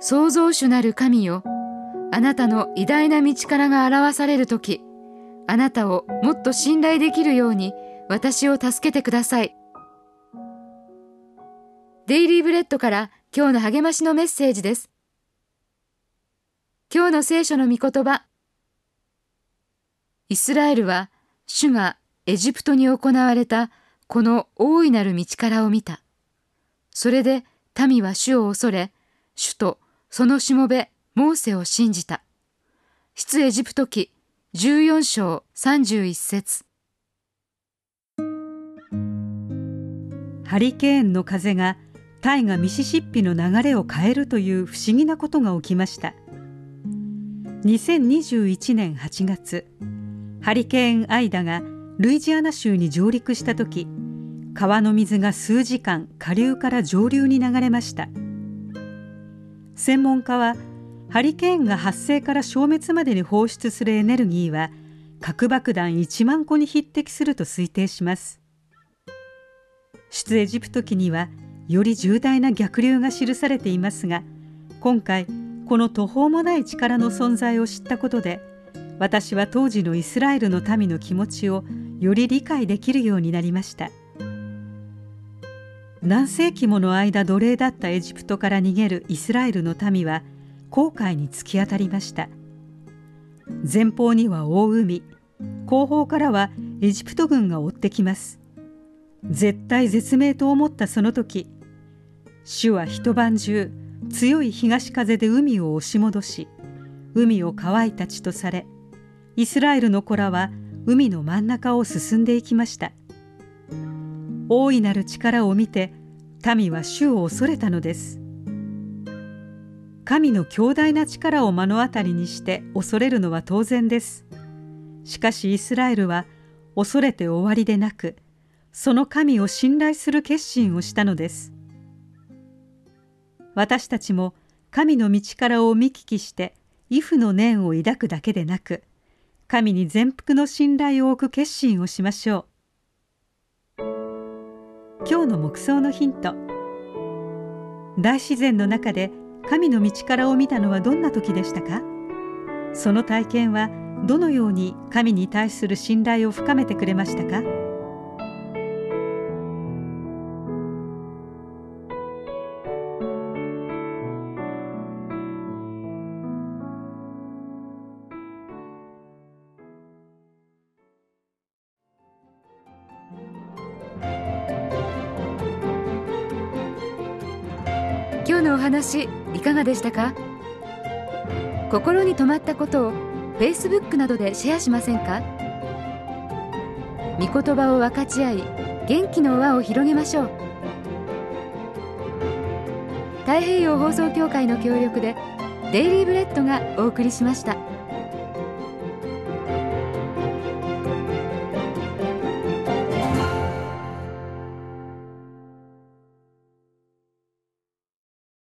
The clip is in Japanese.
創造主なる神よ、あなたの偉大な道からが表されるとき、あなたをもっと信頼できるように私を助けてください。デイリーブレッドから今日の励ましのメッセージです。今日の聖書の御言葉。イスラエルは主がエジプトに行われたこの大いなる道からを見た。それで民は主を恐れ、主とそのしもべモーセを信じた。出エジプト記14章31節。 ハリケーンの風が大河ミシシッピの流れを変えるという不思議なことが起きました。2021年8月、ハリケーンアイダがルイジアナ州に上陸したとき、川の水が数時間下流から上流に流れました。専門家は、ハリケーンが発生から消滅までに放出するエネルギーは核爆弾1万個に匹敵すると推定します。出エジプト記にはより重大な逆流が記されていますが、今回この途方もない力の存在を知ったことで、私は当時のイスラエルの民の気持ちをより理解できるようになりました。何世紀もの間奴隷だったエジプトから逃げるイスラエルの民は紅海に突き当たりました。前方には大海、後方からはエジプト軍が追ってきます。絶体絶命と思ったその時、主は一晩中強い東風で海を押し戻し、海を乾いた地とされ、イスラエルの子らは海の真ん中を進んでいきました。大いなる力を見て民は主を恐れたのです。神の強大な力を目の当たりにして恐れるのは当然です。しかしイスラエルは恐れて終わりでなく、その神を信頼する決心をしたのです。私たちも神の道からを見聞きして畏怖の念を抱くだけでなく、神に全幅の信頼を置く決心をしましょう。今日の黙想のヒント。大自然の中で神の道からを見たのはどんな時でしたか？その体験はどのように神に対する信頼を深めてくれましたか？ 今日のお話いかがでしたか？心に留まったことを Facebook などでシェアしませんか？御言葉を分かち合い、元気の輪を広げましょう。太平洋放送協会の協力でデイリーブレッドがお送りしました。